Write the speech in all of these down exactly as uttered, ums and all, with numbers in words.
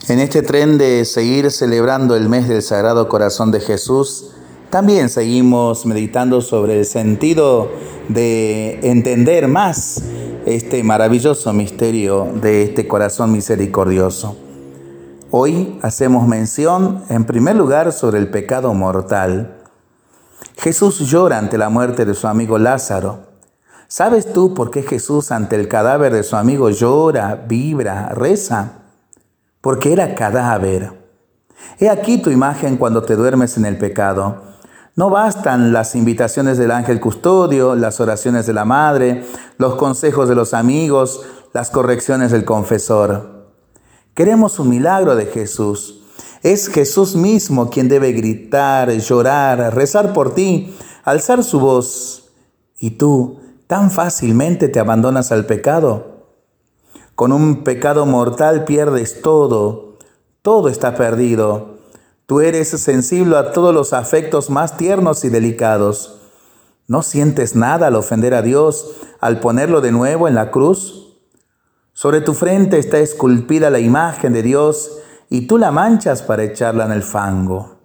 En este tren de seguir celebrando el mes del Sagrado Corazón de Jesús, también seguimos meditando sobre el sentido de entender más este maravilloso misterio de este corazón misericordioso. Hoy hacemos mención, en primer lugar, sobre el pecado mortal. Jesús llora ante la muerte de su amigo Lázaro. ¿Sabes tú por qué Jesús ante el cadáver de su amigo llora, vibra, reza? Porque era cadáver. He aquí tu imagen cuando te duermes en el pecado. No bastan las invitaciones del ángel custodio, las oraciones de la madre, los consejos de los amigos, las correcciones del confesor. Queremos un milagro de Jesús. Es Jesús mismo quien debe gritar, llorar, rezar por ti, alzar su voz. Y tú tan fácilmente te abandonas al pecado. Con un pecado mortal pierdes todo, todo está perdido. Tú eres sensible a todos los afectos más tiernos y delicados. ¿No sientes nada al ofender a Dios, al ponerlo de nuevo en la cruz? Sobre tu frente está esculpida la imagen de Dios y tú la manchas para echarla en el fango.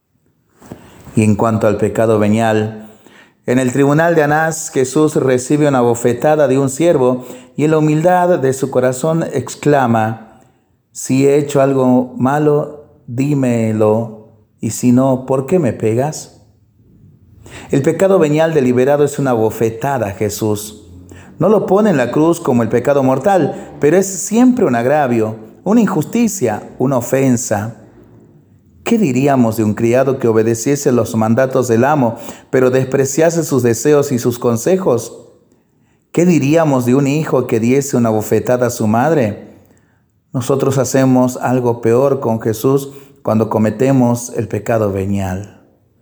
Y en cuanto al pecado venial, en el tribunal de Anás, Jesús recibe una bofetada de un siervo y en la humildad de su corazón exclama: si he hecho algo malo, dímelo, y si no, ¿por qué me pegas? El pecado venial deliberado es una bofetada a Jesús. No lo pone en la cruz como el pecado mortal, pero es siempre un agravio, una injusticia, una ofensa. ¿Qué diríamos de un criado que obedeciese los mandatos del amo, pero despreciase sus deseos y sus consejos? ¿Qué diríamos de un hijo que diese una bofetada a su madre? Nosotros hacemos algo peor con Jesús cuando cometemos el pecado venial.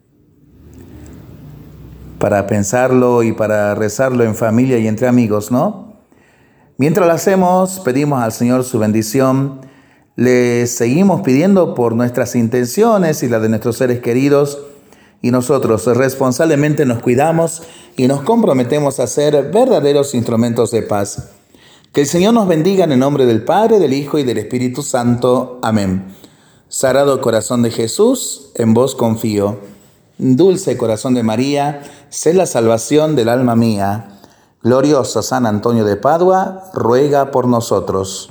Para pensarlo y para rezarlo en familia y entre amigos, ¿no? Mientras lo hacemos, pedimos al Señor su bendición. Le seguimos pidiendo por nuestras intenciones y las de nuestros seres queridos, y nosotros responsablemente nos cuidamos y nos comprometemos a ser verdaderos instrumentos de paz. Que el Señor nos bendiga en el nombre del Padre, del Hijo y del Espíritu Santo. Amén. Sagrado Corazón de Jesús, en vos confío. Dulce Corazón de María, sé la salvación del alma mía. Glorioso San Antonio de Padua, ruega por nosotros.